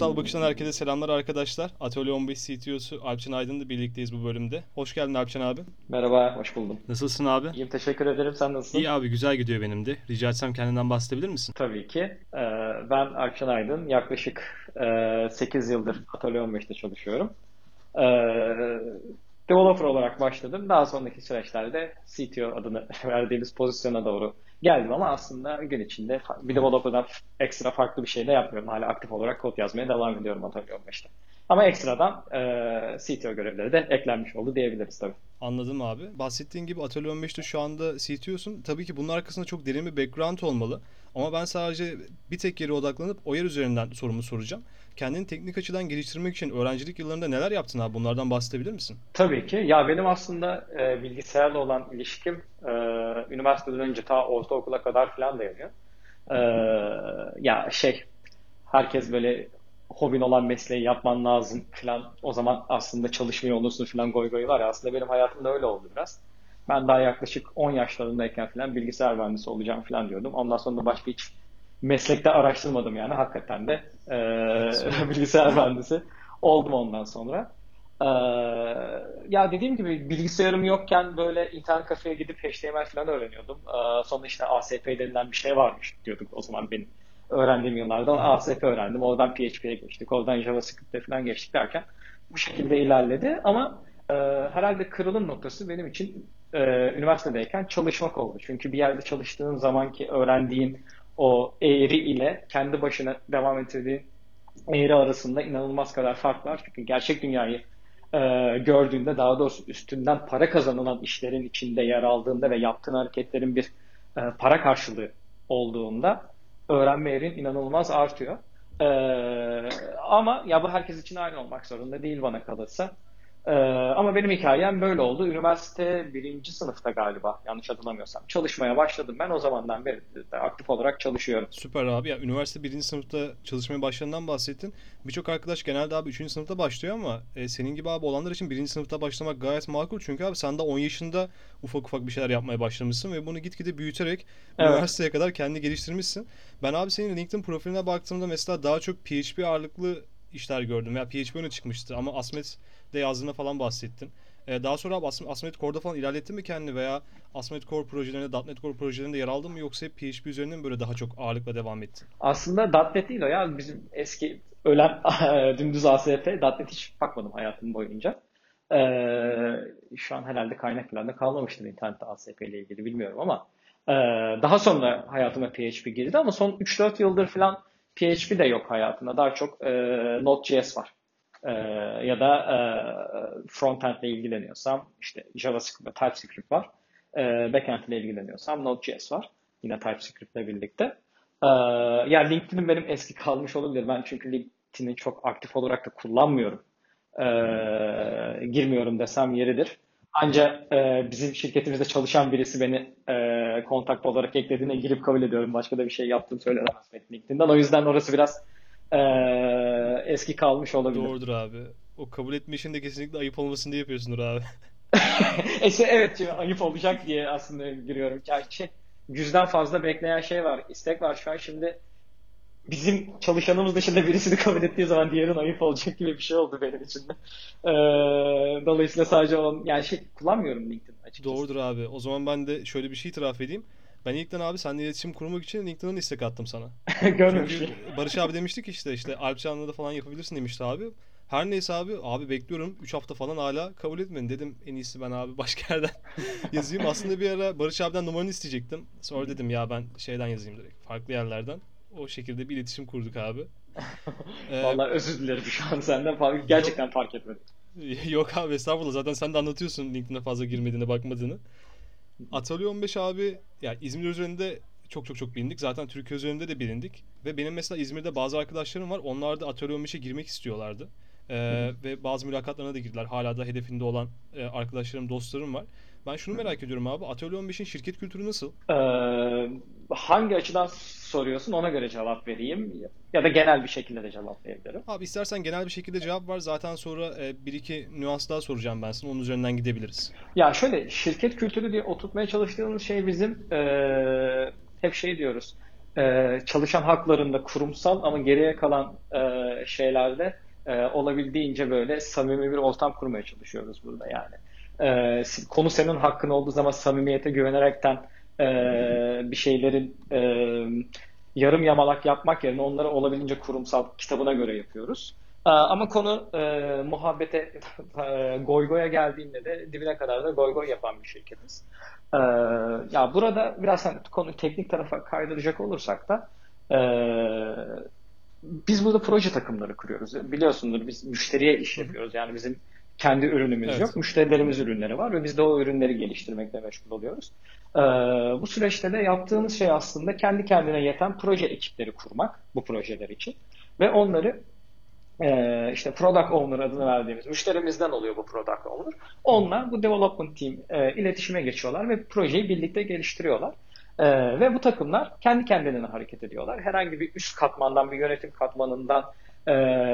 Finansal Bakış'tan herkese selamlar arkadaşlar. Atölye 15 CTO'su Alpcan Aydın'la birlikteyiz bu bölümde. Hoş geldin Alpcan abi. Merhaba, hoş buldum. Nasılsın abi? İyiyim, teşekkür ederim. Sen İyi nasılsın? abi, güzel gidiyor benim de. Rica etsem kendinden bahsedebilir misin? Tabii ki. Ben Alpcan Aydın. Yaklaşık 8 yıldır Atölye 15'te çalışıyorum. Ee, Developer olarak başladım. Daha sonraki süreçlerde CTO adını verdiğimiz pozisyona doğru geldim ama aslında gün içinde bir developer'dan ekstra farklı bir şey de yapmıyorum. Hala aktif olarak kod yazmaya devam ediyorum Atölye 15'te. Ama ekstradan CTO görevleri de eklenmiş oldu diyebiliriz tabii. Anladım abi. Bahsettiğin gibi Atölye 15'te şu anda CTO'sun. Tabii ki bunun arkasında çok derin bir background olmalı. Ama ben sadece bir tek yere odaklanıp o yer üzerinden sorumu soracağım. Kendini teknik açıdan geliştirmek için öğrencilik yıllarında neler yaptın abi? Bunlardan bahsedebilir misin? Tabii ki. Ya benim aslında bilgisayarla olan ilişkim üniversiteden önce ta ortaokula kadar falan dayanıyor. E, Ya herkes böyle hobin olan mesleği yapman lazım falan. O zaman aslında çalışmıyor olursun falan goy goyu var ya. Aslında benim hayatımda öyle oldu biraz. Ben daha yaklaşık 10 yaşlarındayken falan bilgisayar mühendisi olacağım falan diyordum. Ondan sonra da başka hiç meslekte araştırmadım yani. Hakikaten de Süper. bilgisayar mühendisi oldum ondan sonra. Ee, Ya dediğim gibi bilgisayarım yokken böyle internet kafeye gidip HTML falan öğreniyordum. Sonra işte ASP denilen bir şey varmış diyorduk o zaman benim öğrendiğim yıllardan ASP öğrendim. Oradan PHP'ye geçtik. Oradan JavaScript'e falan geçtik derken bu şekilde ilerledi. Ama herhalde kırılım noktası benim için üniversitedeyken çalışmak oldu. Çünkü bir yerde çalıştığın zamanki öğrendiğin o eğri ile kendi başına devam ettirdiğin eğri arasında inanılmaz kadar fark var. Çünkü gerçek dünyayı gördüğünde daha doğrusu üstünden para kazanılan işlerin içinde yer aldığında ve yaptığın hareketlerin bir para karşılığı olduğunda öğrenme eğrin inanılmaz artıyor. E, Ama ya bu herkes için aynı olmak zorunda değil bana kalırsa. Ama benim hikayem böyle oldu. Üniversite birinci sınıfta galiba yanlış hatırlamıyorsam çalışmaya başladım. Ben o zamandan beri de aktif olarak çalışıyorum. Süper abi. Ya üniversite birinci sınıfta çalışmaya başladığından bahsettin. Birçok arkadaş genelde abi üçüncü sınıfta başlıyor ama senin gibi abi olanlar için birinci sınıfta başlamak gayet makul. Çünkü abi sen de 10 yaşında ufak ufak bir şeyler yapmaya başlamışsın ve bunu gitgide büyüterek Evet. üniversiteye kadar kendini geliştirmişsin. Ben abi senin LinkedIn profiline baktığımda mesela daha çok PHP ağırlıklı işler gördüm. Ya PHP öne çıkmıştı ama Asmet de yazdığına falan bahsettin. Daha sonra abi Asmet Core'da falan ilerlettin mi kendini veya Asmet Core projelerinde, .NET Core projelerinde yer aldın mı yoksa hep PHP üzerinden mi böyle daha çok ağırlıkla devam ettin? Aslında .NET değil o ya. Bizim eski ölen dümdüz ASP. .NET hiç bakmadım hayatım boyunca. Şu an herhalde kaynak falan da kalmamıştır internette ASP ile ilgili bilmiyorum ama ee, daha sonra hayatıma PHP girdi ama son 3-4 yıldır falan PHP de yok hayatımda. Daha çok Node.js var. Ee, Ya da frontend ile ilgileniyorsam işte JavaScript ve TypeScript var. Backend ile ilgileniyorsam Node.js var. Yine TypeScript ile birlikte. Ee, Yani LinkedIn'im benim eski kalmış olabilir. Ben çünkü LinkedIn'i çok aktif olarak da kullanmıyorum. Girmiyorum desem yeridir. Ancak bizim şirketimizde çalışan birisi beni kontak olarak eklediğine girip kabul ediyorum. Başka da bir şey yaptığım söylenemez LinkedIn'den. O yüzden orası biraz e, eski kalmış olabilir. Doğrudur abi. O kabul etme işini de kesinlikle ayıp olmasın diye yapıyorsundur abi. Evet, şimdi ayıp olacak diye aslında giriyorum. Gerçi yüzden fazla bekleyen şey var, istek var şu an. Şimdi bizim çalışanımız dışında birisini kabul ettiği zaman diğerinin ayıp olacak gibi bir şey oldu benim için de. Dolayısıyla sadece on yani kullanmıyorum LinkedIn açıkçası. Doğrudur abi. O zaman ben de şöyle bir şey itiraf edeyim. Ben ilkten abi seninle iletişim kurmak için LinkedIn'dan istek attım sana. Görmemişim. Çünkü Barış abi demişti ki işte Alp Can'la da falan yapabilirsin demişti abi. Her neyse abi bekliyorum. 3 hafta falan hala kabul etmedi. Dedim en iyisi ben abi başka yerden yazayım. Aslında bir ara Barış abiden numaranı isteyecektim. Sonra dedim ya ben şeyden yazayım direkt. Farklı yerlerden. O şekilde bir iletişim kurduk abi. Ee, Vallahi özür dilerim şu an senden yok gerçekten fark etmedim. yok abi estağfurullah. Zaten sen de anlatıyorsun LinkedIn'e fazla girmediğini, bakmadığını. Atölye 15 abi ya İzmir üzerinde çok bilindik. Zaten Türkiye üzerinde de bilindik. Ve benim mesela İzmir'de bazı arkadaşlarım var. Onlar da Atölye 15'e girmek istiyorlardı. Ve bazı mülakatlarına da girdiler. Hala da hedefinde olan arkadaşlarım, dostlarım var. Ben şunu merak ediyorum abi. Atölye 15'in şirket kültürü nasıl? Hangi açıdan soruyorsun ona göre cevap vereyim ya da genel bir şekilde de cevaplayabilirim. Abi istersen genel bir şekilde cevap var. Zaten sonra bir iki nüans daha soracağım ben sana. Onun üzerinden gidebiliriz. Ya şöyle şirket kültürü diye oturtmaya çalıştığımız şey bizim hep şey diyoruz. çalışan haklarında kurumsal ama geriye kalan şeylerde olabildiğince böyle samimi bir ortam kurmaya çalışıyoruz burada yani. Konu senin hakkın olduğu zaman samimiyete güvenerekten e, bir şeylerin yarım yamalak yapmak yerine onları olabildiğince kurumsal kitabına göre yapıyoruz. Ama konu muhabbete, goy goya geldiğinde de dibine kadar da goy goy yapan bir şirketiz. Ee, Ya burada biraz hani konu teknik tarafa kaydıracak olursak da e, biz burada proje takımları kuruyoruz. Biliyorsundur biz müşteriye iş Hı hı. yapıyoruz. Yani bizim kendi ürünümüz yok. Evet. Müşterilerimiz ürünleri var ve biz de o ürünleri geliştirmekle meşgul oluyoruz. Bu süreçte de yaptığımız şey aslında kendi kendine yeten proje ekipleri kurmak bu projeler için. Ve onları işte product owner adını verdiğimiz müşterimizden oluyor bu product owner. Hı hı. Onlar bu development team iletişime geçiyorlar ve projeyi birlikte geliştiriyorlar. Ve bu takımlar kendi kendilerine hareket ediyorlar. Herhangi bir üst katmandan, bir yönetim katmanından e,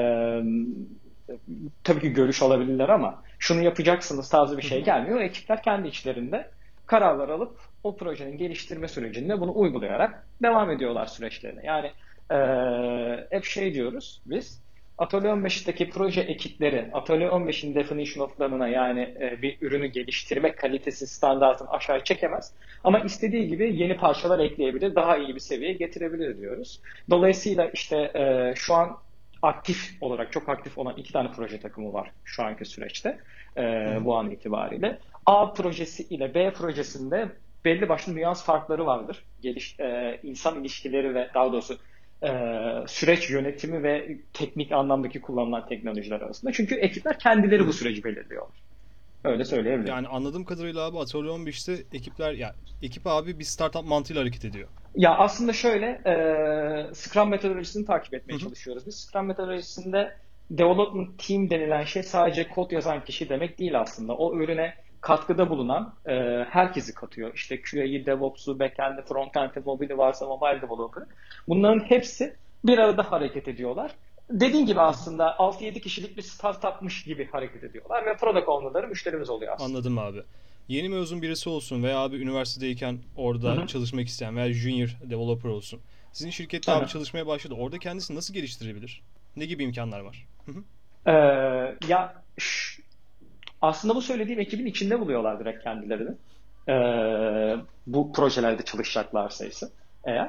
tabii ki görüş alabilirler ama şunu yapacaksınız tarzı bir Hı şey hı. gelmiyor. Ekipler kendi içlerinde kararlar alıp o projenin geliştirme sürecinde bunu uygulayarak devam ediyorlar süreçlerine. Yani hep şey diyoruz biz, Atölye 15'teki proje ekipleri Atölye 15'in definition of'larına yani bir ürünü geliştirme kalitesi standartını aşağı çekemez. Ama istediği gibi yeni parçalar ekleyebilir, daha iyi bir seviyeye getirebilir diyoruz. Dolayısıyla işte şu an aktif olarak çok aktif olan iki tane proje takımı var şu anki süreçte Hı hı. bu an itibariyle. A projesi ile B projesinde belli başlı nüans farkları vardır. İnsan ilişkileri ve daha doğrusu e, süreç yönetimi ve teknik anlamdaki kullanılan teknolojiler arasında. Çünkü ekipler Hı kendileri bu hı. süreci belirliyorlar. Öyle söyleyebilirim. Yani anladığım kadarıyla abi Atölye 15'te ekipler ya ekip abi bir startup mantığıyla hareket ediyor. Ya aslında şöyle, Scrum metodolojisini takip Hı etmeye hı. çalışıyoruz. Biz Scrum metodolojisinde development team denilen şey sadece kod yazan kişi demek değil aslında. O ürüne katkıda bulunan herkesi katıyor. İşte QA'yı, DevOps'u, backend'i, frontend'i, mobili varsa mobile developer'ı. Bunların hepsi bir arada hareket ediyorlar. Dediğim gibi Hı hı. aslında 6-7 kişilik bir startupmış gibi hareket ediyorlar ve product owner'ları müşterimiz oluyor aslında. Anladım abi. Yeni mezun birisi olsun veya abi üniversitedeyken Hı orada hı. çalışmak isteyen veya junior developer olsun. Sizin şirkette Hı abi hı. çalışmaya başladı. Orada kendisini nasıl geliştirebilir? Ne gibi imkanlar var? Hı hı. Ya aslında bu söylediğim ekibin içinde buluyorlar direkt kendilerini. Bu projelerde çalışacaklarsa ise eğer.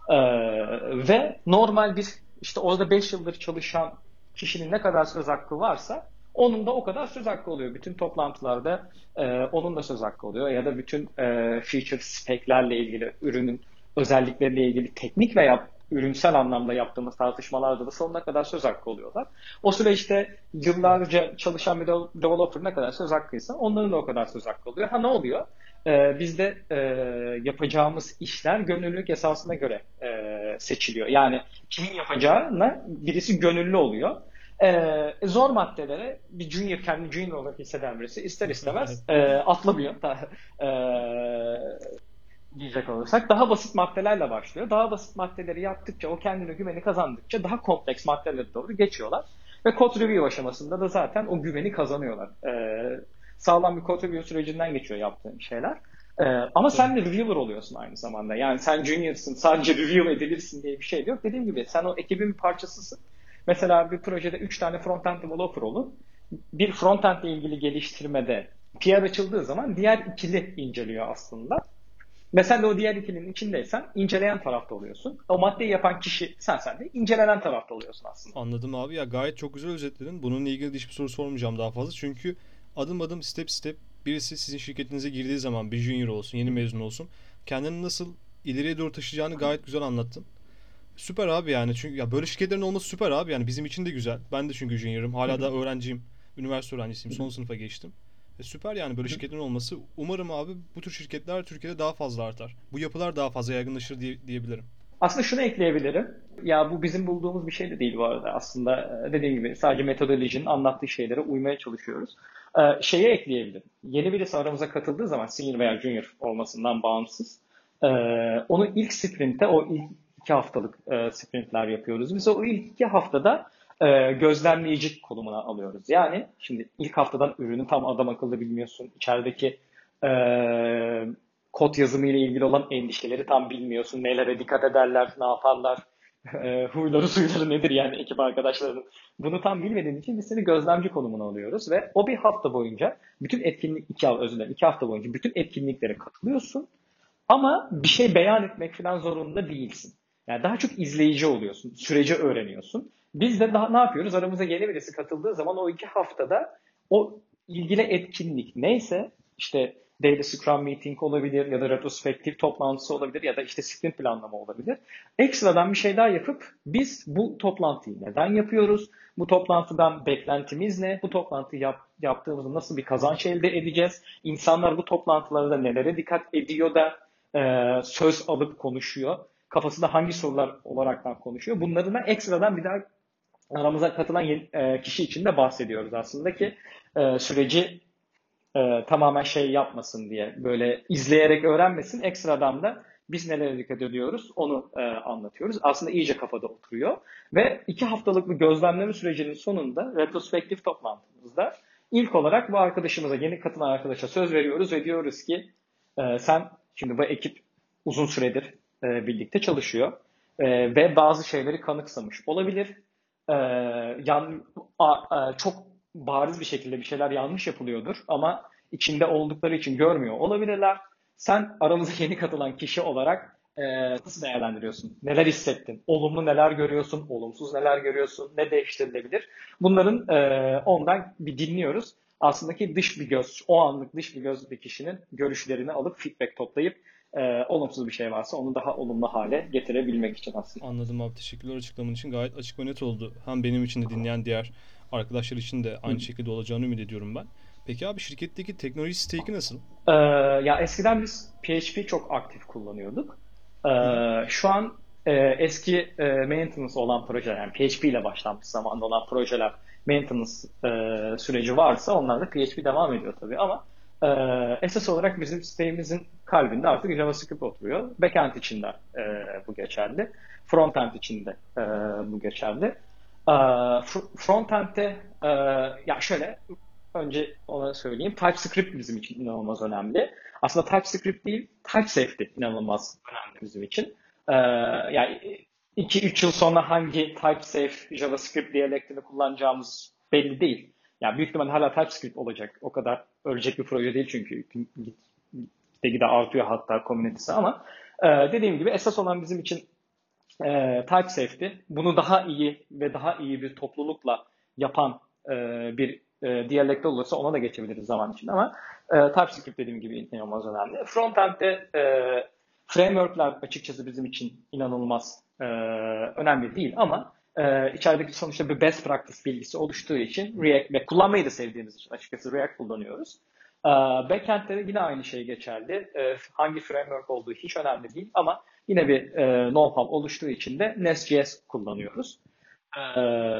Ve normal bir işte orada 5 yıldır çalışan kişinin ne kadar söz hakkı varsa onun da o kadar söz hakkı oluyor. Bütün toplantılarda onun da söz hakkı oluyor. Ya da bütün feature spec'lerle ilgili, ürünün özellikleriyle ilgili teknik veya ürünsel anlamda yaptığımız tartışmalarda da sonuna kadar söz hakkı oluyorlar. O süreçte yıllarca çalışan bir developer ne kadar söz hakkıysa onların da o kadar söz hakkı oluyor. Ha ne oluyor? Bizde yapacağımız işler gönüllülük esasına göre seçiliyor. Yani kimin yapacağına birisi gönüllü oluyor. Zor maddelere bir junior kendi junior olarak hisseden birisi ister Evet. istemez atlamıyor. E, Diyecek olursak daha basit maddelerle başlıyor. Daha basit maddeleri yaptıkça, o kendine güveni kazandıkça daha kompleks maddelere doğru geçiyorlar. Ve code review aşamasında da zaten o güveni kazanıyorlar. Sağlam bir code review sürecinden geçiyor yaptığın şeyler. Ama Tabii. sen de reviewer oluyorsun aynı zamanda. Yani sen junior'sın, sadece review edilirsin diye bir şey yok. Dediğim gibi sen o ekibin bir parçasısın. Mesela bir projede 3 tane front-end developer olun. Bir front-end ile ilgili geliştirmede PR açıldığı zaman diğer ikili inceliyor aslında. Ve sen de o diğer ikilinin içindeysen inceleyen tarafta oluyorsun. O maddeyi yapan kişi sen de incelenen tarafta oluyorsun aslında. Anladım abi ya gayet çok güzel özetledin. Bununla ilgili de hiçbir soru sormayacağım daha fazla. Çünkü adım adım step step birisi sizin şirketinize girdiği zaman bir junior olsun, yeni mezun olsun. Kendini nasıl ileriye doğru taşıyacağını gayet güzel anlattın. Süper abi yani çünkü ya böyle şirketlerin olması süper abi yani bizim için de güzel. Ben de çünkü junior'ım. Hı Hala hı, da öğrenciyim. Üniversite öğrencisiyim. hı Son sınıfa geçtim. Süper yani böyle hı. şirketlerin olması. Umarım abi bu tür şirketler Türkiye'de daha fazla artar. Bu yapılar daha fazla yaygınlaşır diyebilirim. Aslında şunu ekleyebilirim. Ya bu bizim bulduğumuz bir şey de değil bu arada. Aslında dediğim gibi sadece metodolojinin anlattığı şeylere uymaya çalışıyoruz. Şeye ekleyebilirim. Yeni birisi aramıza katıldığı zaman senior veya junior olmasından bağımsız. e, Onu ilk sprintte o ilk 2 haftalık sprintler yapıyoruz. Biz o ilk 2 haftada gözlemleyici konumuna alıyoruz. Yani şimdi ilk haftadan ürünü tam adam akıllı bilmiyorsun. İçerideki e, kod yazımı ile ilgili olan endişeleri tam bilmiyorsun. Nelere dikkat ederler, ne yaparlar, huyları suyları nedir yani ekip arkadaşlarının. Bunu tam bilmediğin için biz seni gözlemci konumuna alıyoruz ve o bir hafta boyunca bütün etkinlik, özür dilerim, 2 hafta boyunca bütün etkinliklere katılıyorsun. Ama bir şey beyan etmek falan zorunda değilsin. Yani daha çok izleyici oluyorsun. Süreci öğreniyorsun. Biz de daha ne yapıyoruz? Aramıza yeni birisi katıldığı zaman o 2 haftada o ilgili etkinlik neyse işte Daily Scrum Meeting olabilir ya da retrospektif toplantısı olabilir ya da işte sprint planlama olabilir. Ekstradan bir şey daha yapıp biz bu toplantıyı neden yapıyoruz? Bu toplantıdan beklentimiz ne? Bu toplantıyı yaptığımızda nasıl bir kazanç elde edeceğiz? İnsanlar bu toplantılarda nelere dikkat ediyor da söz alıp konuşuyor? Kafasında hangi sorular olaraktan konuşuyor? Bunları da ekstradan bir daha aramıza katılan kişi için de bahsediyoruz aslında ki süreci tamamen şey yapmasın diye böyle izleyerek öğrenmesin. Ekstradan da biz nelere dikkat ediyoruz onu anlatıyoruz. Aslında iyice kafada oturuyor. Ve 2 haftalık bir gözlemleme sürecinin sonunda retrospektif toplantımızda ilk olarak bu arkadaşımıza, yeni katılan arkadaşa söz veriyoruz ve diyoruz ki sen şimdi bu ekip uzun süredir birlikte çalışıyor ve bazı şeyleri kanıksamış olabilir. E, çok bariz bir şekilde bir şeyler yanlış yapılıyordur ama içinde oldukları için görmüyor olabilirler. Sen aramıza yeni katılan kişi olarak nasıl değerlendiriyorsun? Neler hissettin? Olumlu neler görüyorsun? Olumsuz neler görüyorsun? Ne değiştirilebilir? Bunların ondan bir dinliyoruz. Aslında ki dış bir göz, o anlık dış bir göz bir kişinin görüşlerini alıp feedback toplayıp olumsuz bir şey varsa onu daha olumlu hale getirebilmek için aslında. Anladım abi, teşekkürler açıklaman için, gayet açık ve net oldu. Hem benim için de dinleyen diğer arkadaşlar için de aynı şekilde olacağını ümit ediyorum ben. Peki abi, şirketteki teknoloji stack'i nasıl? Ee, Ya eskiden biz PHP çok aktif kullanıyorduk. Hı hı. Şu an eski maintenance olan projeler, yani PHP ile başlanmış zamanda olan projeler maintenance süreci varsa onlarda PHP devam ediyor tabii ama esas olarak bizim sitemizin kalbinde artık JavaScript oturuyor. Backend için de bu geçerli. Frontend için de bu geçerli. Frontend'de ya şöyle önce ona söyleyeyim. TypeScript bizim için inanılmaz önemli. Aslında TypeScript değil, TypeSafety inanılmaz önemli bizim için. Yani 2-3 yıl sonra hangi TypeSafe JavaScript diyalektini kullanacağımız belli değil. Yani büyük ihtimalle hala TypeScript olacak. O kadar ölecek bir proje değil çünkü gide artıyor hatta community'si ama dediğim gibi esas olan bizim için TypeSafety. Bunu daha iyi ve daha iyi bir toplulukla yapan bir diyalekte olursa ona da geçebiliriz zaman için ama TypeScript dediğim gibi inanılmaz önemli. Frontend'de framework'ler açıkçası bizim için inanılmaz önemli değil ama içerideki sonuçta bir best practice bilgisi oluştuğu için React ve kullanmayı da sevdiğimiz için açıkçası React kullanıyoruz. Backend'de de yine aynı şey geçerli. Hangi framework olduğu hiç önemli değil ama yine bir know-how oluştuğu için de Nest.js kullanıyoruz. Ee,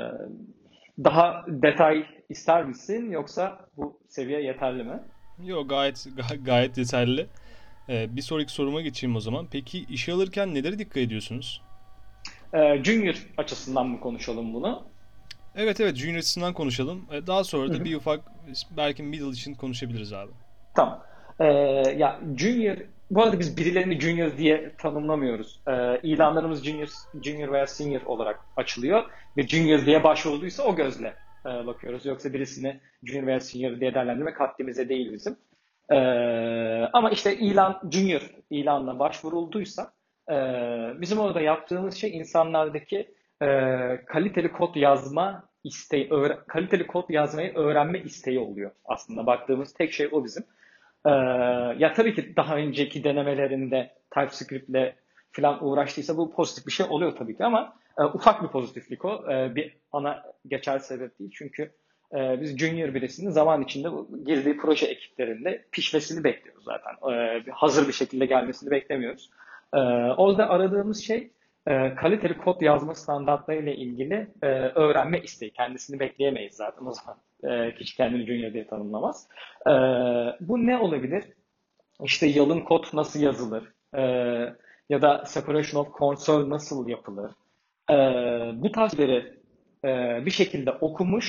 Daha detay ister misin yoksa bu seviye yeterli mi? Yok, gayet yeterli. Bir sonraki soruma geçeyim o zaman. Peki işe alırken nelere dikkat ediyorsunuz? Junior açısından mı konuşalım bunu? Evet, evet, Junior açısından konuşalım. Daha sonra Hı da hı. bir ufak belki middle için konuşabiliriz abi. Tamam. Ee, Ya Junior, bu arada biz birilerini Junior diye tanımlamıyoruz. İlanlarımız Junior veya Senior olarak açılıyor ve Junior diye başvurulduysa o gözle bakıyoruz. Yoksa birisini Junior veya Senior diye değerlendirmek haddimize değil bizim. Ee, Ama işte Junior ilanla başvurulduysa e, bizim orada yaptığımız şey insanlardaki e, kaliteli kod yazma isteği, kaliteli kod yazmayı öğrenme isteği oluyor. Aslında baktığımız tek şey o bizim. Ee, Ya tabii ki daha önceki denemelerinde TypeScript'le falan uğraştıysa bu pozitif bir şey oluyor tabii ki ama ufak bir pozitiflik o. Bir ana geçer sebep değil. Çünkü biz junior birisinin zaman içinde girdiği proje ekiplerinde pişmesini bekliyoruz zaten. Hazır bir şekilde gelmesini beklemiyoruz. Orada aradığımız şey kaliteli kod yazma standartlarıyla ilgili öğrenme isteği. Kendisini bekleyemeyiz zaten o zaman. Kişi kendini junior diye tanımlamaz. Ee, Bu ne olabilir? İşte yalın kod nasıl yazılır? Ya da separation of concern nasıl yapılır? Ee, Bu tarz şeyleri bir şekilde okumuş.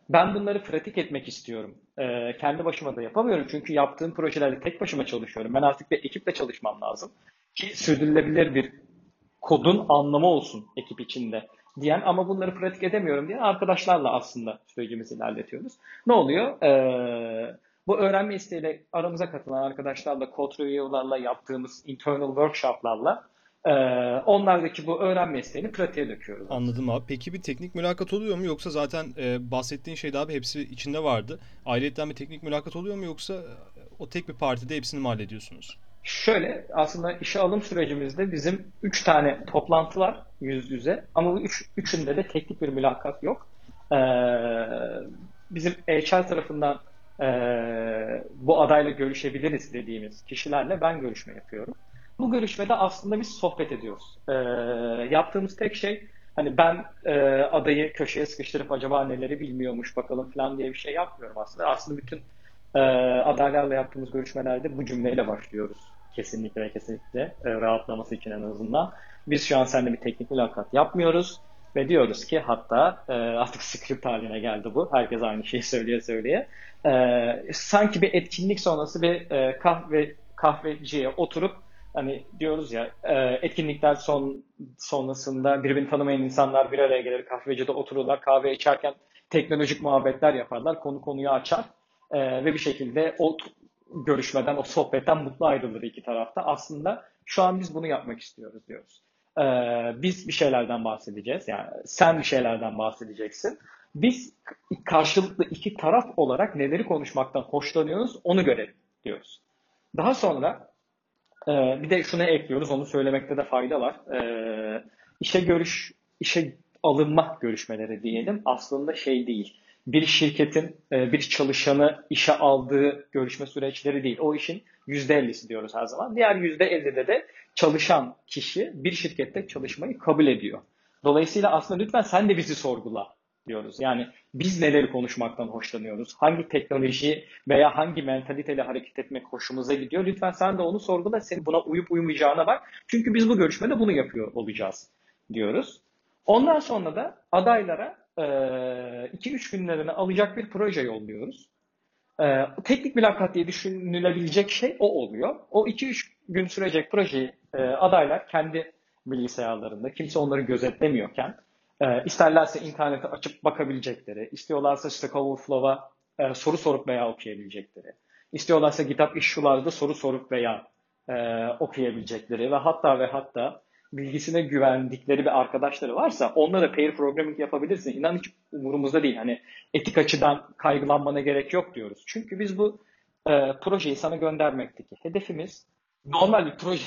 Ben bunları pratik etmek istiyorum. Kendi başıma da yapamıyorum. Çünkü yaptığım projelerde tek başıma çalışıyorum. Ben artık bir ekiple çalışmam lazım. Ki sürdürülebilir bir kodun anlamı olsun ekip içinde diyen ama bunları pratik edemiyorum diye arkadaşlarla aslında sürecimizi ilerletiyoruz. Ne oluyor? Bu öğrenme isteğiyle aramıza katılan arkadaşlarla, code review'larla yaptığımız internal workshop'larla onlardaki bu öğrenme isteğini pratiğe döküyoruz Anladım aslında. abi. Peki bir teknik mülakat oluyor mu yoksa zaten bahsettiğin şeyde abi hepsi içinde vardı. Ayrıyeten bir teknik mülakat oluyor mu yoksa o tek bir partide hepsini mi hallediyorsunuz? Şöyle aslında işe alım sürecimizde bizim 3 tane toplantı var yüz yüze ama bu üçünde de teknik bir mülakat yok. Ee, Bizim HR tarafından bu adayla görüşebiliriz dediğimiz kişilerle ben görüşme yapıyorum. Bu görüşmede aslında biz sohbet ediyoruz. Yaptığımız tek şey hani ben adayı köşeye sıkıştırıp acaba neleri bilmiyormuş bakalım falan diye bir şey yapmıyorum aslında. Aslında bütün adaylarla yaptığımız görüşmelerde bu cümleyle başlıyoruz. Kesinlikle ve kesinlikle rahatlaması için en azından. Biz şu an seninle bir teknik mülakat yapmıyoruz ve diyoruz ki hatta artık script haline geldi bu. Herkes aynı şeyi söyleye söyleye. Sanki bir etkinlik sonrası bir kahveciye oturup hani diyoruz ya etkinlikler sonrasında birbirini tanımayan insanlar bir araya gelir kahvecide otururlar kahve içerken teknolojik muhabbetler yaparlar konu konuyu açar. Ve bir şekilde o görüşmeden, o sohbetten mutlu ayrılır iki tarafta. Aslında şu an biz bunu yapmak istiyoruz diyoruz. Biz bir şeylerden bahsedeceğiz. Yani sen bir şeylerden bahsedeceksin. Biz karşılıklı iki taraf olarak neleri konuşmaktan hoşlanıyoruz onu görelim diyoruz. Daha sonra bir de şunu ekliyoruz, onu söylemekte de fayda var. İşe alınma görüşmeleri diyelim. Aslında şey değil. Bir şirketin bir çalışanı işe aldığı görüşme süreçleri değil. O işin %50'si diyoruz her zaman. Diğer %50'de de çalışan kişi bir şirkette çalışmayı kabul ediyor. Dolayısıyla aslında lütfen sen de bizi sorgula diyoruz. Yani biz neleri konuşmaktan hoşlanıyoruz? Hangi teknoloji veya hangi mentaliteyle hareket etmek hoşumuza gidiyor? Lütfen sen de onu sorgula. Senin buna uyup uymayacağına bak. Çünkü biz bu görüşmede bunu yapıyor olacağız diyoruz. Ondan sonra da adaylara 2-3 günlerini alacak bir proje yolluyoruz. Teknik mülakat diye düşünülebilecek şey o oluyor. O 2-3 gün sürecek projeyi adaylar kendi bilgisayarlarında, kimse onları gözetlemiyorken, isterlerse internete açıp bakabilecekleri, istiyorlarsa Stack Overflow'a soru sorup veya okuyabilecekleri, istiyorlarsa GitHub Issue'larda soru sorup veya okuyabilecekleri ve hatta bilgisine güvendikleri bir arkadaşları varsa onlara pair programming yapabilirsin. İnan hiç umurumuzda değil. Hani etik açıdan kaygılanmana gerek yok diyoruz. Çünkü biz bu projeyi sana göndermekteki hedefimiz normal bir proje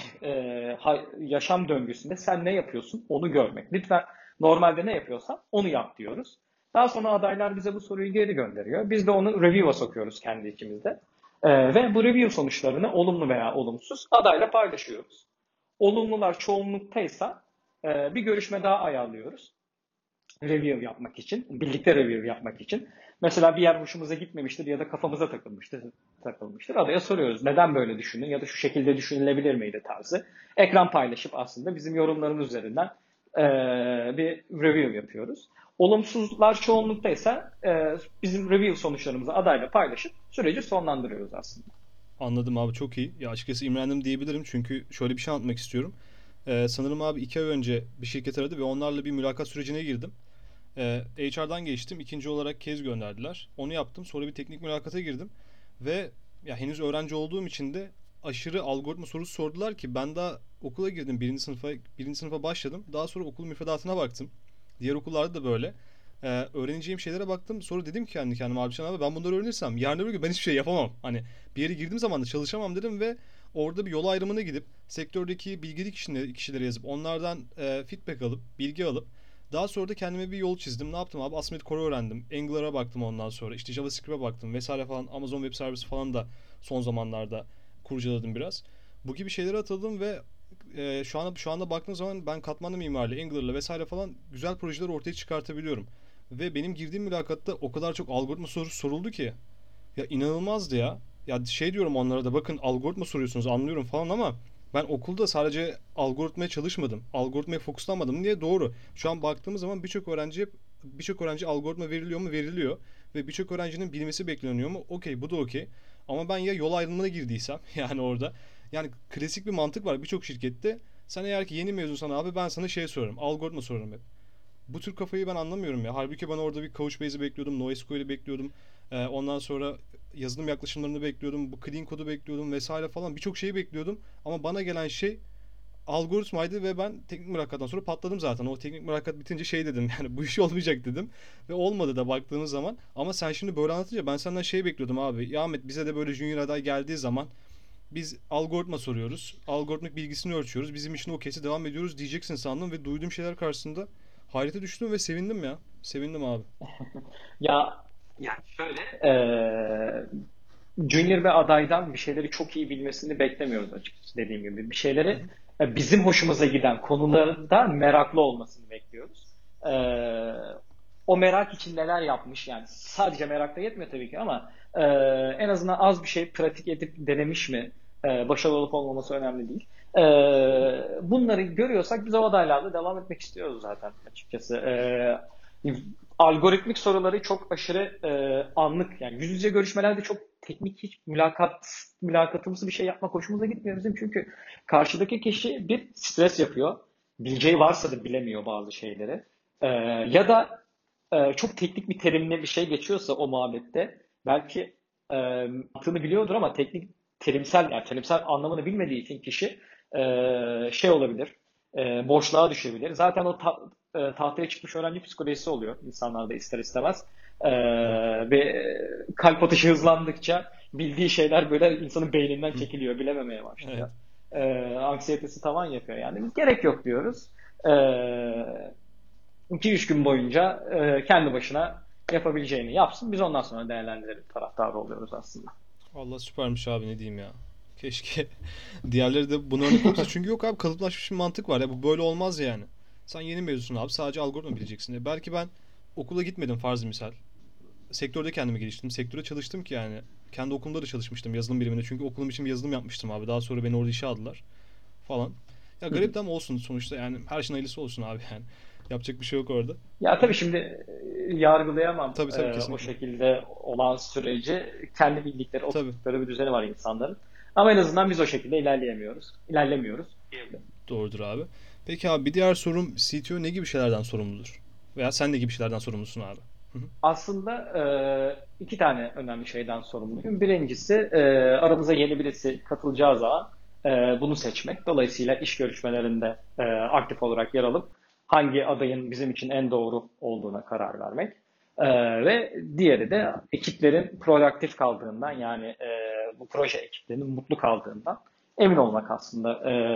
yaşam döngüsünde sen ne yapıyorsun onu görmek. Lütfen normalde ne yapıyorsan onu yap diyoruz. Daha sonra adaylar bize bu soruyu geri gönderiyor. Biz de onu review'a sokuyoruz kendi içimizde. Ve bu review sonuçlarını olumlu veya olumsuz adayla paylaşıyoruz. Olumlular çoğunluktaysa bir görüşme daha ayarlıyoruz. Review yapmak için, birlikte review yapmak için. Mesela bir yer hoşumuza gitmemiştir ya da kafamıza takılmıştır. Adaya soruyoruz. Neden böyle düşündün ya da şu şekilde düşünülebilir miydi tarzı. Ekran paylaşıp aslında bizim yorumlarımız üzerinden bir review yapıyoruz. Olumsuzlar çoğunluktaysa bizim review sonuçlarımızı adayla paylaşıp süreci sonlandırıyoruz aslında. Anladım abi, çok iyi. Ya açıkçası imrendim diyebilirim çünkü şöyle bir şey anlatmak istiyorum. Sanırım abi 2 ay önce bir şirket aradı ve onlarla bir mülakat sürecine girdim. HR'dan geçtim. İkinci olarak kez gönderdiler. Onu yaptım. Sonra bir teknik mülakata girdim. Ve ya henüz öğrenci olduğum için de aşırı algoritma sorusu sordular ki ben daha okula girdim. Birinci sınıfa başladım. Daha sonra okul müfredatına baktım. Diğer okullarda da böyle. Öğreneceğim şeylere baktım. Sonra dedim ki kendi kendime abi, abi ben bunları öğrenirsem yarın öbür gün ben hiçbir şey yapamam. Hani bir yere girdiğim zaman da çalışamam dedim ve orada bir yol ayrımına gidip sektördeki bilgili kişilere yazıp onlardan feedback alıp bilgi alıp daha sonra da kendime bir yol çizdim. Ne yaptım abi? Asmet Core öğrendim. Angular'a baktım ondan sonra. İşte JavaScript'e baktım vesaire falan. Amazon Web Services falan da son zamanlarda kurcaladım biraz. Bu gibi şeylere atıldım ve şu anda baktığım zaman ben katmanlı mimarili, Angular'la vesaire falan güzel projeler ortaya çıkartabiliyorum. Ve benim girdiğim mülakatta o kadar çok algoritma sorusu soruldu ki ya inanılmazdı ya. Ya şey diyorum onlara da, bakın algoritma soruyorsunuz anlıyorum falan ama ben okulda sadece algoritmaya çalışmadım. Algoritmaya fokuslanmadım diye doğru. Şu an baktığımız zaman birçok öğrenci algoritma veriliyor mu? Veriliyor. ve birçok öğrencinin bilmesi bekleniyor mu? Okey, bu da okey. Ama ben ya yol ayrımına girdiysem yani orada, yani klasik bir mantık var birçok şirkette. Sen eğer ki yeni mezunsan abi, ben sana şey sorarım. Algoritma sorarım hep. Bu tür kafayı ben anlamıyorum ya. Halbuki ben orada bir Couchbase'i bekliyordum, NoSQL'i bekliyordum. Ondan sonra yazılım yaklaşımlarını bekliyordum, bu clean kodu bekliyordum vesaire falan. Birçok şeyi bekliyordum. Ama bana gelen şey algoritmaydı ve ben teknik mülakattan sonra patladım zaten. O teknik mülakat bitince şey dedim, yani bu iş olmayacak dedim. Ve olmadı da baktığımız zaman. Ama sen şimdi böyle anlatınca ben senden şey bekliyordum abi. Ya Ahmet, bize de böyle junior aday geldiği zaman biz algoritma soruyoruz. Algoritmik bilgisini ölçüyoruz. Bizim için okeyse devam ediyoruz diyeceksin sandım ve duyduğum şeyler karşısında hayrete düştüm ve sevindim ya. Sevindim abi. Ya yani şöyle Junior ve adaydan bir şeyleri çok iyi bilmesini beklemiyoruz açıkçası, dediğim gibi. Bir Hı şeyleri hı. bizim hoşumuza giden konularda meraklı olmasını bekliyoruz. E, O merak için neler yapmış, yani sadece merakla yetmiyor tabii ki ama en azından az bir şey pratik edip denemiş mi? Başarılı olup olmaması önemli değil. Bunları görüyorsak biz o adaylarla devam etmek istiyoruz zaten açıkçası. Algoritmik soruları çok aşırı anlık, yani yüz yüze görüşmelerde çok teknik, hiç mülakatımsı bir şey yapmak hoşumuza gitmiyor bizim, çünkü karşıdaki kişi bir stres yapıyor. Bileceği varsa da bilemiyor bazı şeyleri. Ee, Ya da çok teknik bir terimle bir şey geçiyorsa o muhabbette, belki e, mantığını biliyordur ama teknik terimsel, yani terimsel anlamını bilmediği için kişi şey olabilir, boşluğa düşebilir. Zaten o tahtaya çıkmış öğrenci psikolojisi oluyor insanlarda ister istemez. E, Evet. Ve kalp atışı hızlandıkça bildiği şeyler böyle insanın beyninden Hı. çekiliyor, bilememeye başlıyor. Evet. Anksiyetesi tavan yapıyor yani. Biz gerek yok diyoruz. E, 2-3 gün boyunca kendi başına yapabileceğini yapsın. Biz ondan sonra değerlendirelim taraftarı oluyoruz aslında. Allah süpermiş abi, ne diyeyim ya. Keşke diğerleri de buna örnek olsa. Çünkü yok abi, kalıplaşmış bir mantık var ya. Bu böyle olmaz yani. Sen yeni mezunsun abi. Sadece algoritma bileceksin. Belki ben okula gitmedim farz misal. Sektörde kendimi geliştirdim. Sektörde çalıştım ki yani. Kendi okulumda da çalışmıştım yazılım biriminde. Çünkü okulum için bir yazılım yapmıştım abi. Daha sonra beni orada işe aldılar falan. Ya garip de ama olsun sonuçta, yani her şeyin hayırlısı olsun abi yani. Yapacak bir şey yok orada. Ya tabii şimdi yargılayamam Tabii tabii, o kesinlikle. şekilde olan süreci. Kendi bildikleri, Tabii. oturttukları bir düzeni var insanların. Ama en azından biz o şekilde İlerlemiyoruz diyebilirim. Doğrudur abi. Peki abi, bir diğer sorum, CTO ne gibi şeylerden sorumludur? Veya sen ne gibi şeylerden sorumlusun abi? Hı hı. Aslında iki tane önemli şeyden sorumluyum. Birincisi, aramıza yeni birisi katılacağı zaman bunu seçmek. Dolayısıyla iş görüşmelerinde aktif olarak yer alıp hangi adayın bizim için en doğru olduğuna karar vermek. Ve diğeri de ekiplerin proaktif kaldığından, yani bu proje ekiplerinin mutlu kaldığından emin olmak aslında.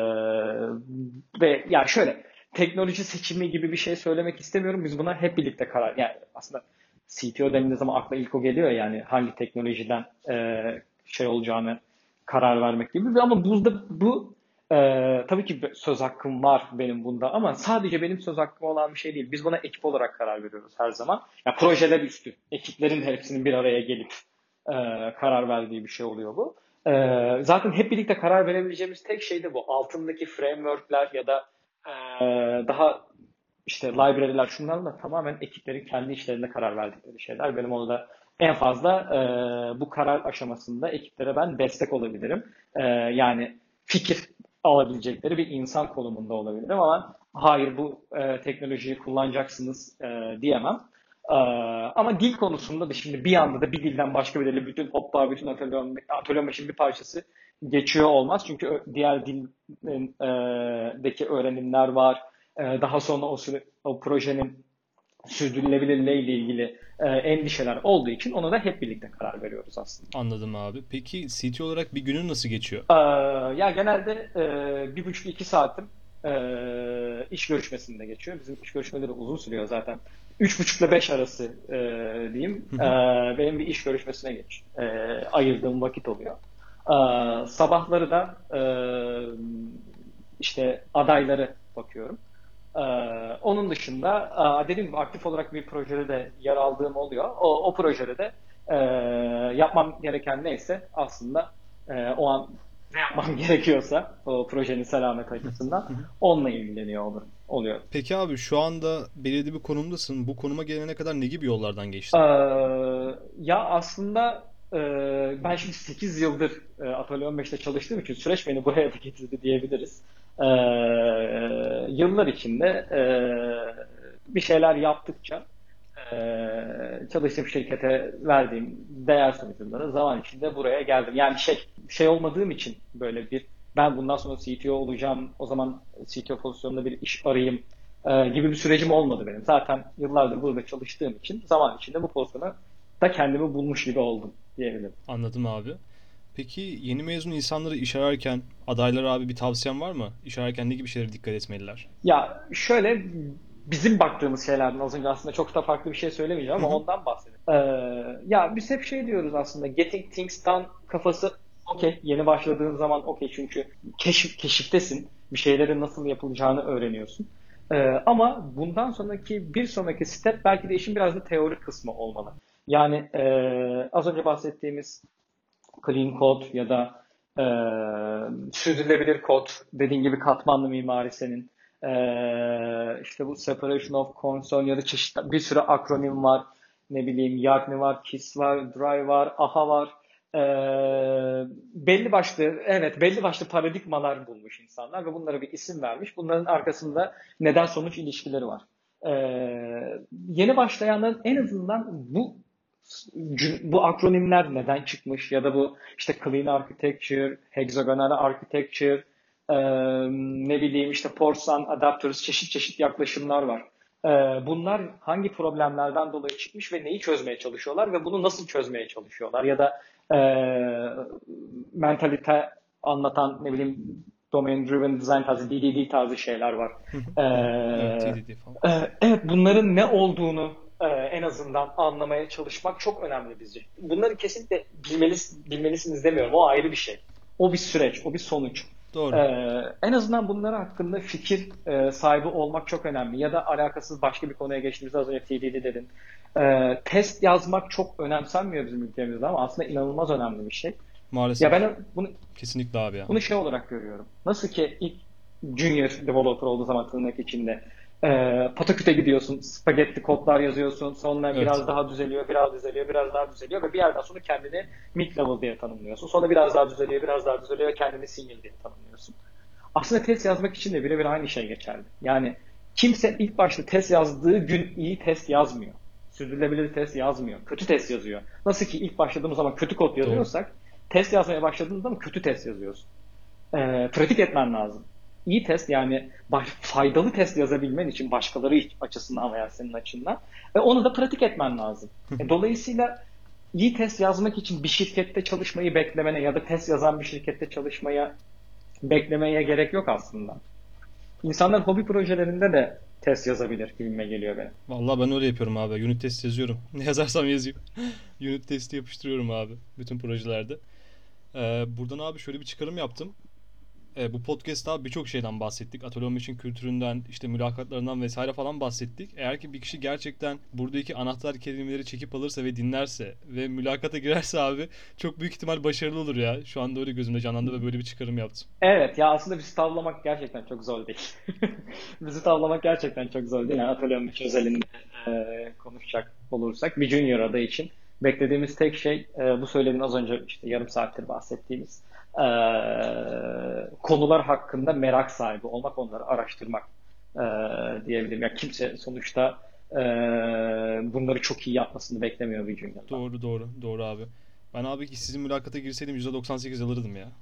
Ve yani şöyle, teknoloji seçimi gibi bir şey söylemek istemiyorum. Biz buna hep birlikte karar, yani aslında CTO denildiği zaman akla ilk o geliyor, yani hangi teknolojiden şey olacağını karar vermek gibi. Ama bu tabii ki söz hakkım var benim bunda, ama sadece benim söz hakkım olan bir şey değil. Biz buna ekip olarak karar veriyoruz her zaman. Yani projeler üstü, ekiplerin hepsinin bir araya gelip e, karar verdiği bir şey oluyor bu. Zaten hep birlikte karar verebileceğimiz tek şey de bu. Altındaki frameworkler ya da daha işte library'ler, şunlar da tamamen ekiplerin kendi işlerinde karar verdikleri şeyler. Benim orada en fazla bu karar aşamasında ekiplere ben destek olabilirim. Yani fikir alabilecekleri bir insan konumunda olabilirim, ama hayır bu teknolojiyi kullanacaksınız diyemem. Ee, Ama dil konusunda da şimdi bir anda da bir dilden başka bir dile bütün hoppa bütün Atölye bir parçası geçiyor olmaz. Çünkü diğer dildeki öğrenimler var. Daha sonra o projenin sürdürülebilirliği ile ilgili endişeler olduğu için ona da hep birlikte karar veriyoruz aslında. Anladım abi. Peki CTO olarak bir günün nasıl geçiyor? Ya genelde 1,5-2 saatim iş görüşmesinde geçiyor. Bizim iş görüşmeleri uzun sürüyor zaten. 3,5 ile 5 arası diyeyim. Hı hı. Benim bir iş görüşmesine ayırdığım vakit oluyor. Sabahları da işte adayları bakıyorum. Ee, Onun dışında dediğim gibi aktif olarak bir projede de yer aldığım oluyor. O projede de e, yapmam gereken neyse aslında o an ne yapmam gerekiyorsa o projenin selameti açısından Hı hı. onunla ilgileniyor olurum. oluyor. Peki abi şu anda belirli bir konumdasın. Bu konuma gelene kadar ne gibi yollardan geçtin? Ee, Ya aslında ben şimdi 8 yıldır Atölye 15'te çalıştığım için süreç beni buraya da getirdi diyebiliriz. Ee, Yıllar içinde bir şeyler yaptıkça çalıştığım şirkete verdiğim değer sonucunda zaman içinde buraya geldim. Yani şey olmadığım için böyle ben bundan sonra CTO olacağım, o zaman CTO pozisyonunda bir iş arayayım gibi bir sürecim olmadı benim. Zaten yıllardır burada çalıştığım için zaman içinde bu pozisyona da kendimi bulmuş gibi oldum diyebilirim. Anladım abi. Peki yeni mezun insanları iş ararken adaylara abi bir tavsiyen var mı? İş ararken ne gibi şeylere dikkat etmeliler? Ya şöyle, bizim baktığımız şeylerden az önce aslında çok da farklı bir şey söylemeyeceğim Hı ama hı. ondan bahsedelim. Ya biz hep şey diyoruz aslında, getting things done kafası okey. Yeni başladığın zaman okey, çünkü keşiftesin. Bir şeylerin nasıl yapılacağını öğreniyorsun. Ama bundan sonraki bir sonraki step belki de işin biraz da teorik kısmı olmalı. Yani az önce bahsettiğimiz clean code ya da sürdürülebilir kod, dediğin gibi katmanlı mimari senin. İşte bu separation of concern ya da çeşitli bir sürü akronim var. Ne bileyim, YAGNI var, KISS var, DRY var, AHA var. Belli başlı paradigmalar bulmuş insanlar ve bunlara bir isim vermiş. Bunların arkasında neden sonuç ilişkileri var. Yeni başlayanların en azından bu akronimler neden çıkmış ya da bu işte clean architecture, hexagonal architecture, e, ne bileyim işte Poisson adapters, çeşit çeşit yaklaşımlar var. E, Bunlar hangi problemlerden dolayı çıkmış ve neyi çözmeye çalışıyorlar ve bunu nasıl çözmeye çalışıyorlar ya da e, mentalite anlatan, ne bileyim, domain driven design tarzı, DDD tarzı şeyler var. Hı hı. E, Hı hı. Evet, TDD falan. Evet, bunların ne olduğunu en azından anlamaya çalışmak çok önemli bizce. Bunları kesinlikle bilmelisiniz demiyorum. O ayrı bir şey. O bir süreç, o bir sonuç. E, Doğru. En azından bunlar hakkında fikir sahibi olmak çok önemli. Ya da alakasız başka bir konuya geçtiğimizde az önce TDD dedin. Test yazmak çok önemsenmiyor bizim ülkemizde ama aslında inanılmaz önemli bir şey. Ya Maalesef. ben Kesinlikle abi ya. bunu şey olarak görüyorum. Nasıl ki ilk junior developer olduğu zaman tırnak içinde pataküte gidiyorsun, spagetti kodlar yazıyorsun, sonra Evet. biraz daha düzeliyor, biraz düzeliyor, biraz daha düzeliyor ve bir yerden sonra kendini mid level diye tanımlıyorsun. Sonra biraz daha düzeliyor, biraz daha düzeliyor ve kendini senior diye tanımlıyorsun. Aslında test yazmak için de birebir aynı şey geçerli. Yani kimse ilk başta test yazdığı gün iyi test yazmıyor. Sürdürülebilir test yazmıyor. Kötü test yazıyor. Nasıl ki ilk başladığımız zaman kötü kod Doğru. yazıyorsak, test yazmaya başladığımız zaman kötü test yazıyorsun. Pratik etmen lazım. İyi test, yani faydalı test yazabilmen için başkaları açısından veya senin açından onu da pratik etmen lazım. Dolayısıyla iyi test yazmak için bir şirkette çalışmayı beklemene ya da test yazan bir şirkette çalışmaya beklemeye gerek yok aslında. İnsanlar hobi projelerinde de test yazabilir gibime geliyor benim. Vallahi ben öyle yapıyorum abi. Unit test yazıyorum. Ne yazarsam yazayım. Unit testi yapıştırıyorum abi. Bütün projelerde. Buradan abi şöyle bir çıkarım yaptım. Bu podcast'ta birçok şeyden bahsettik. Atölye 15'in kültüründen, işte mülakatlarından vesaire falan bahsettik. Eğer ki bir kişi gerçekten buradaki anahtar kelimeleri çekip alırsa ve dinlerse ve mülakata girerse abi çok büyük ihtimal başarılı olur ya. Şu anda öyle gözümde canlandı ve böyle bir çıkarım yaptım. Evet ya, aslında bizi tavlamak gerçekten çok zor değil. Bizi tavlamak gerçekten çok zor değil. Yani atölyem özelinde konuşacak olursak bir junior aday için beklediğimiz tek şey bu söylediğin az önce işte yarım saattir bahsettiğimiz e, konular hakkında merak sahibi olmak, onları araştırmak e, diyebilirim. Ya kimse sonuçta bunları çok iyi yapmasını beklemiyor bir junior'dan. Doğru doğru doğru abi. Ben abi ki sizin mülakata girseydim %98 alırdım ya.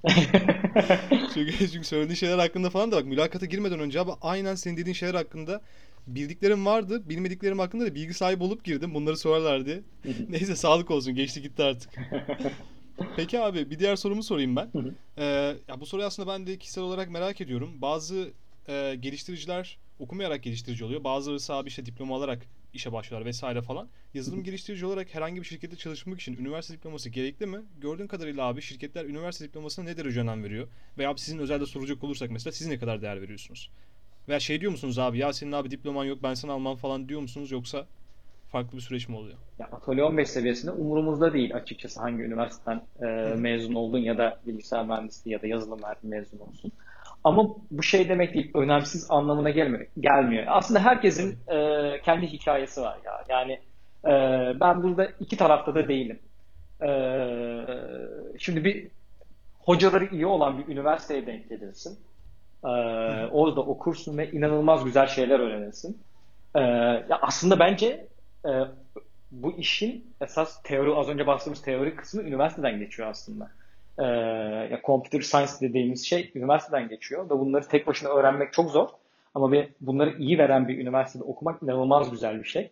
Çünkü söylediğin şeyler hakkında falan da bak mülakata girmeden önce abi aynen senin dediğin şeyler hakkında bildiklerim vardı. Bilmediklerim hakkında da bilgi sahibi olup girdim. Bunları sorarlar diye. Neyse sağlık olsun. Geçti gitti artık. Peki abi bir diğer sorumu sorayım ben. Ya bu soruyu aslında ben de kişisel olarak merak ediyorum. Bazı geliştiriciler okumayarak geliştirici oluyor. Bazıları ise abi işte diploma alarak işe başlıyorlar vesaire falan. Yazılım geliştirici olarak herhangi bir şirkette çalışmak için üniversite diploması gerekli mi? Gördüğün kadarıyla abi şirketler üniversite diplomasına ne derece önem veriyor? Veya abi sizin özelde soracak olursak mesela siz ne kadar değer veriyorsunuz? Veya şey diyor musunuz abi ya senin abi diploman yok ben sana almam falan diyor musunuz yoksa farklı bir süreç mi oluyor? Ya Atölye 15 seviyesinde umurumuzda değil açıkçası hangi üniversiteden mezun oldun ya da bilgisayar mühendisliği ya da yazılım mezun olsun. Ama bu şey demek değil, önemsiz anlamına gelmiyor. Aslında herkesin kendi hikayesi var ya. Yani ben burada iki tarafta da değilim. E, Şimdi bir hocaları iyi olan bir üniversiteye denk gelirsin. E, Hı hı. Orada okursun ve inanılmaz güzel şeyler öğrenirsin. Ya aslında bence e, bu işin esas teori, az önce bahsettiğimiz teori kısmı üniversiteden geçiyor aslında. Ya computer science dediğimiz şey üniversiteden geçiyor ve bunları tek başına öğrenmek çok zor. Ama bunları iyi veren bir üniversitede okumak inanılmaz güzel bir şey.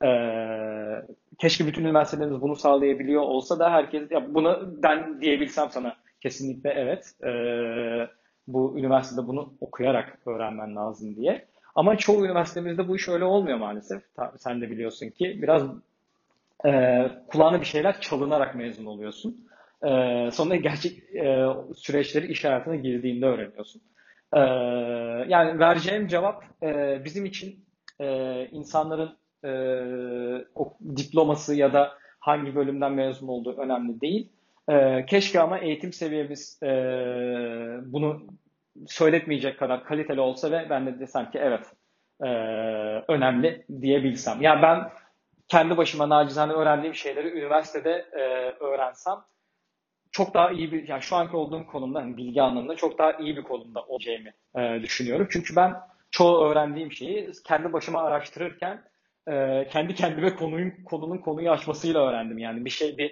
Keşke bütün üniversitelerimiz bunu sağlayabiliyor olsa da herkes, ya buna ben diyebilsem sana kesinlikle evet. Bu üniversitede bunu okuyarak öğrenmen lazım diye. Ama çoğu üniversitemizde bu iş öyle olmuyor maalesef. Sen de biliyorsun ki biraz kulağına bir şeyler çalınarak mezun oluyorsun. Sonra gerçek süreçleri iş hayatına girdiğinde öğreniyorsun. E, Yani vereceğim cevap bizim için insanların o diploması ya da hangi bölümden mezun olduğu önemli değil. Keşke ama eğitim seviyemiz bunu söyletmeyecek kadar kaliteli olsa ve ben de desem ki evet, e, önemli diyebilsem. Yani ben kendi başıma nacizane öğrendiğim şeyleri üniversitede öğrensem çok daha iyi bir, yani şu anki olduğum konumda, hani bilgi anlamında çok daha iyi bir konumda olacağımı düşünüyorum. Çünkü ben çoğu öğrendiğim şeyi kendi başıma araştırırken kendi kendime konunun konuyu açmasıyla öğrendim. Yani bir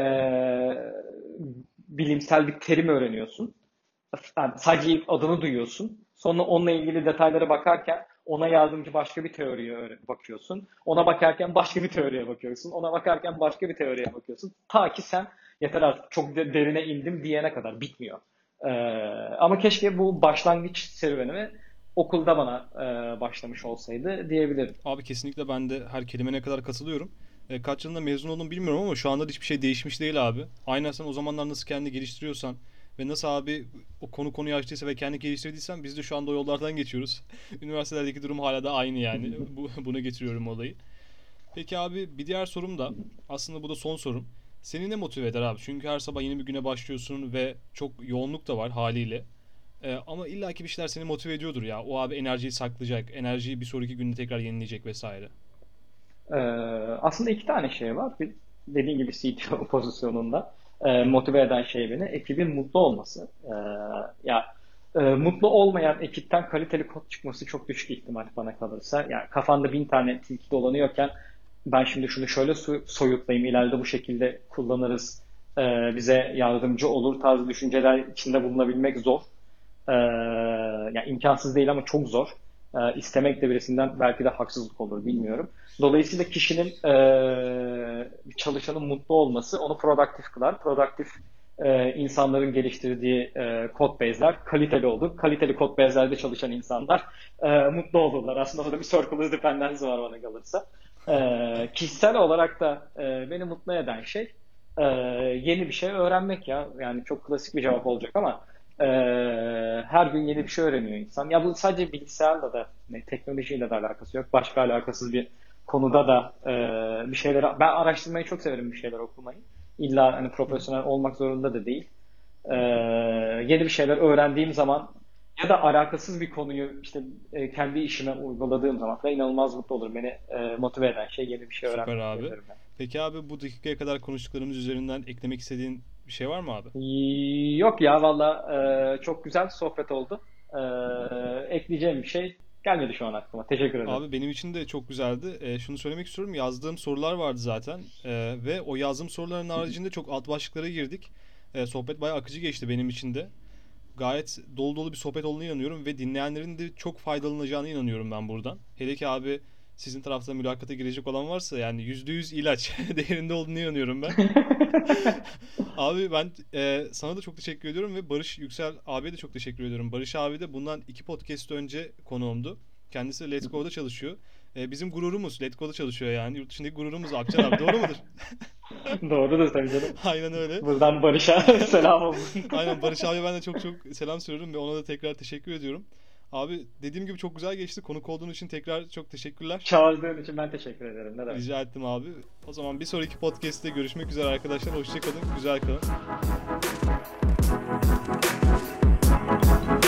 bilimsel bir terim öğreniyorsun. Yani sadece ilk adını duyuyorsun. Sonra onunla ilgili detaylara bakarken ona yardımcı başka bir teoriye bakıyorsun. Ona bakarken başka bir teoriye bakıyorsun. Ona bakarken başka bir teoriye bakıyorsun. Ta ki sen yeter artık çok derine indim diyene kadar bitmiyor. Ee, Ama keşke bu başlangıç serüvenimi okulda bana başlamış olsaydı diyebilirim. Abi kesinlikle ben de her kelimene kadar katılıyorum. Kaç yılında mezun oldum bilmiyorum ama şu anda da hiçbir şey değişmiş değil abi. Aynen sen o zamanlar nasıl kendini geliştiriyorsan ve nasıl abi o konuyu açtıysa ve kendi geliştirdiysen biz de şu anda o yollardan geçiyoruz. Üniversitelerdeki durum hala da aynı yani. Bunu getiriyorum olayı. Peki abi bir diğer sorum da aslında bu da son sorum. Seni ne motive eder abi? Çünkü her sabah yeni bir güne başlıyorsun ve çok yoğunluk da var haliyle. Ama illaki bir şeyler seni motive ediyordur ya. O abi enerjiyi saklayacak, enerjiyi bir sonraki günde tekrar yenileyecek vesaire. Ee, Aslında iki tane şey var. Bir, dediğin gibi CTO pozisyonunda motive eden şey beni ekibin mutlu olması. Ya mutlu olmayan ekipten kaliteli kod çıkması çok düşük ihtimal bana kalırsa. Yani kafanda 1000 tane tilki dolanıyorken ben şimdi şunu şöyle soyutlayayım, ileride bu şekilde kullanırız, bize yardımcı olur tarzı düşünceler içinde bulunabilmek zor. Yani imkansız değil ama çok zor. İstemek de birisinden belki de haksızlık olur, bilmiyorum. Dolayısıyla kişinin çalışanın mutlu olması onu produktif kılar. Produktif insanların geliştirdiği kod base'ler kaliteli olur. Kaliteli kod base'lerde çalışan insanlar mutlu olurlar. Aslında orada bir circle dependence var bana kalırsa. Kişisel olarak da beni mutlu eden şey yeni bir şey öğrenmek ya. Yani çok klasik bir cevap olacak ama ee, her gün yeni bir şey öğreniyor insan. Ya bu sadece bilgisayarla da, teknolojiyle de alakası yok. Başka alakasız bir konuda da bir şeyler. Ben araştırmayı çok severim, bir şeyler okumayı. İlla hani profesyonel olmak zorunda da değil. Ee, Yeni bir şeyler öğrendiğim zaman ya da alakasız bir konuyu işte kendi işime uyguladığım zaman da inanılmaz mutlu olurum. Beni motive eden şey yeni bir şey Süper öğrenmek abi. diyebilirim ben. Peki abi bu dakikaya kadar konuştuklarımız üzerinden eklemek istediğin bir şey var mı abi? Yok ya valla, çok güzel sohbet oldu. Ekleyeceğim bir şey gelmedi şu an aklıma. Teşekkür ederim. Abi benim için de çok güzeldi. Şunu söylemek istiyorum. Yazdığım sorular vardı zaten. Ve o yazdığım soruların haricinde çok alt başlıklara girdik. Sohbet bayağı akıcı geçti benim için de. Gayet dolu dolu bir sohbet olduğuna inanıyorum ve dinleyenlerin de çok faydalanacağına inanıyorum ben buradan. Hele ki abi sizin tarafta mülakata girecek olan varsa yani %100 ilaç değerinde olduğuna inanıyorum ben. Abi ben sana da çok teşekkür ediyorum ve Barış Yüksel abiye de çok teşekkür ediyorum. Barış abi de bundan iki podcast önce konuğumdu. Kendisi Let's Go'da çalışıyor. Bizim gururumuz Let's Go'da çalışıyor yani. Yurt dışındaki gururumuz Akçan abi. Doğru mudur? Doğrudur tabii canım. Aynen öyle. Buradan Barış'a selam olsun. Aynen Barış abi ben de çok çok selam söylüyorum ve ona da tekrar teşekkür ediyorum. Abi dediğim gibi çok güzel geçti. Konuk olduğun için tekrar çok teşekkürler. Çağırdığın için ben teşekkür ederim. Ne demek? Rica ettim abi. O zaman bir sonraki podcast'te görüşmek üzere arkadaşlar. Hoşça kalın. Güzel kalın.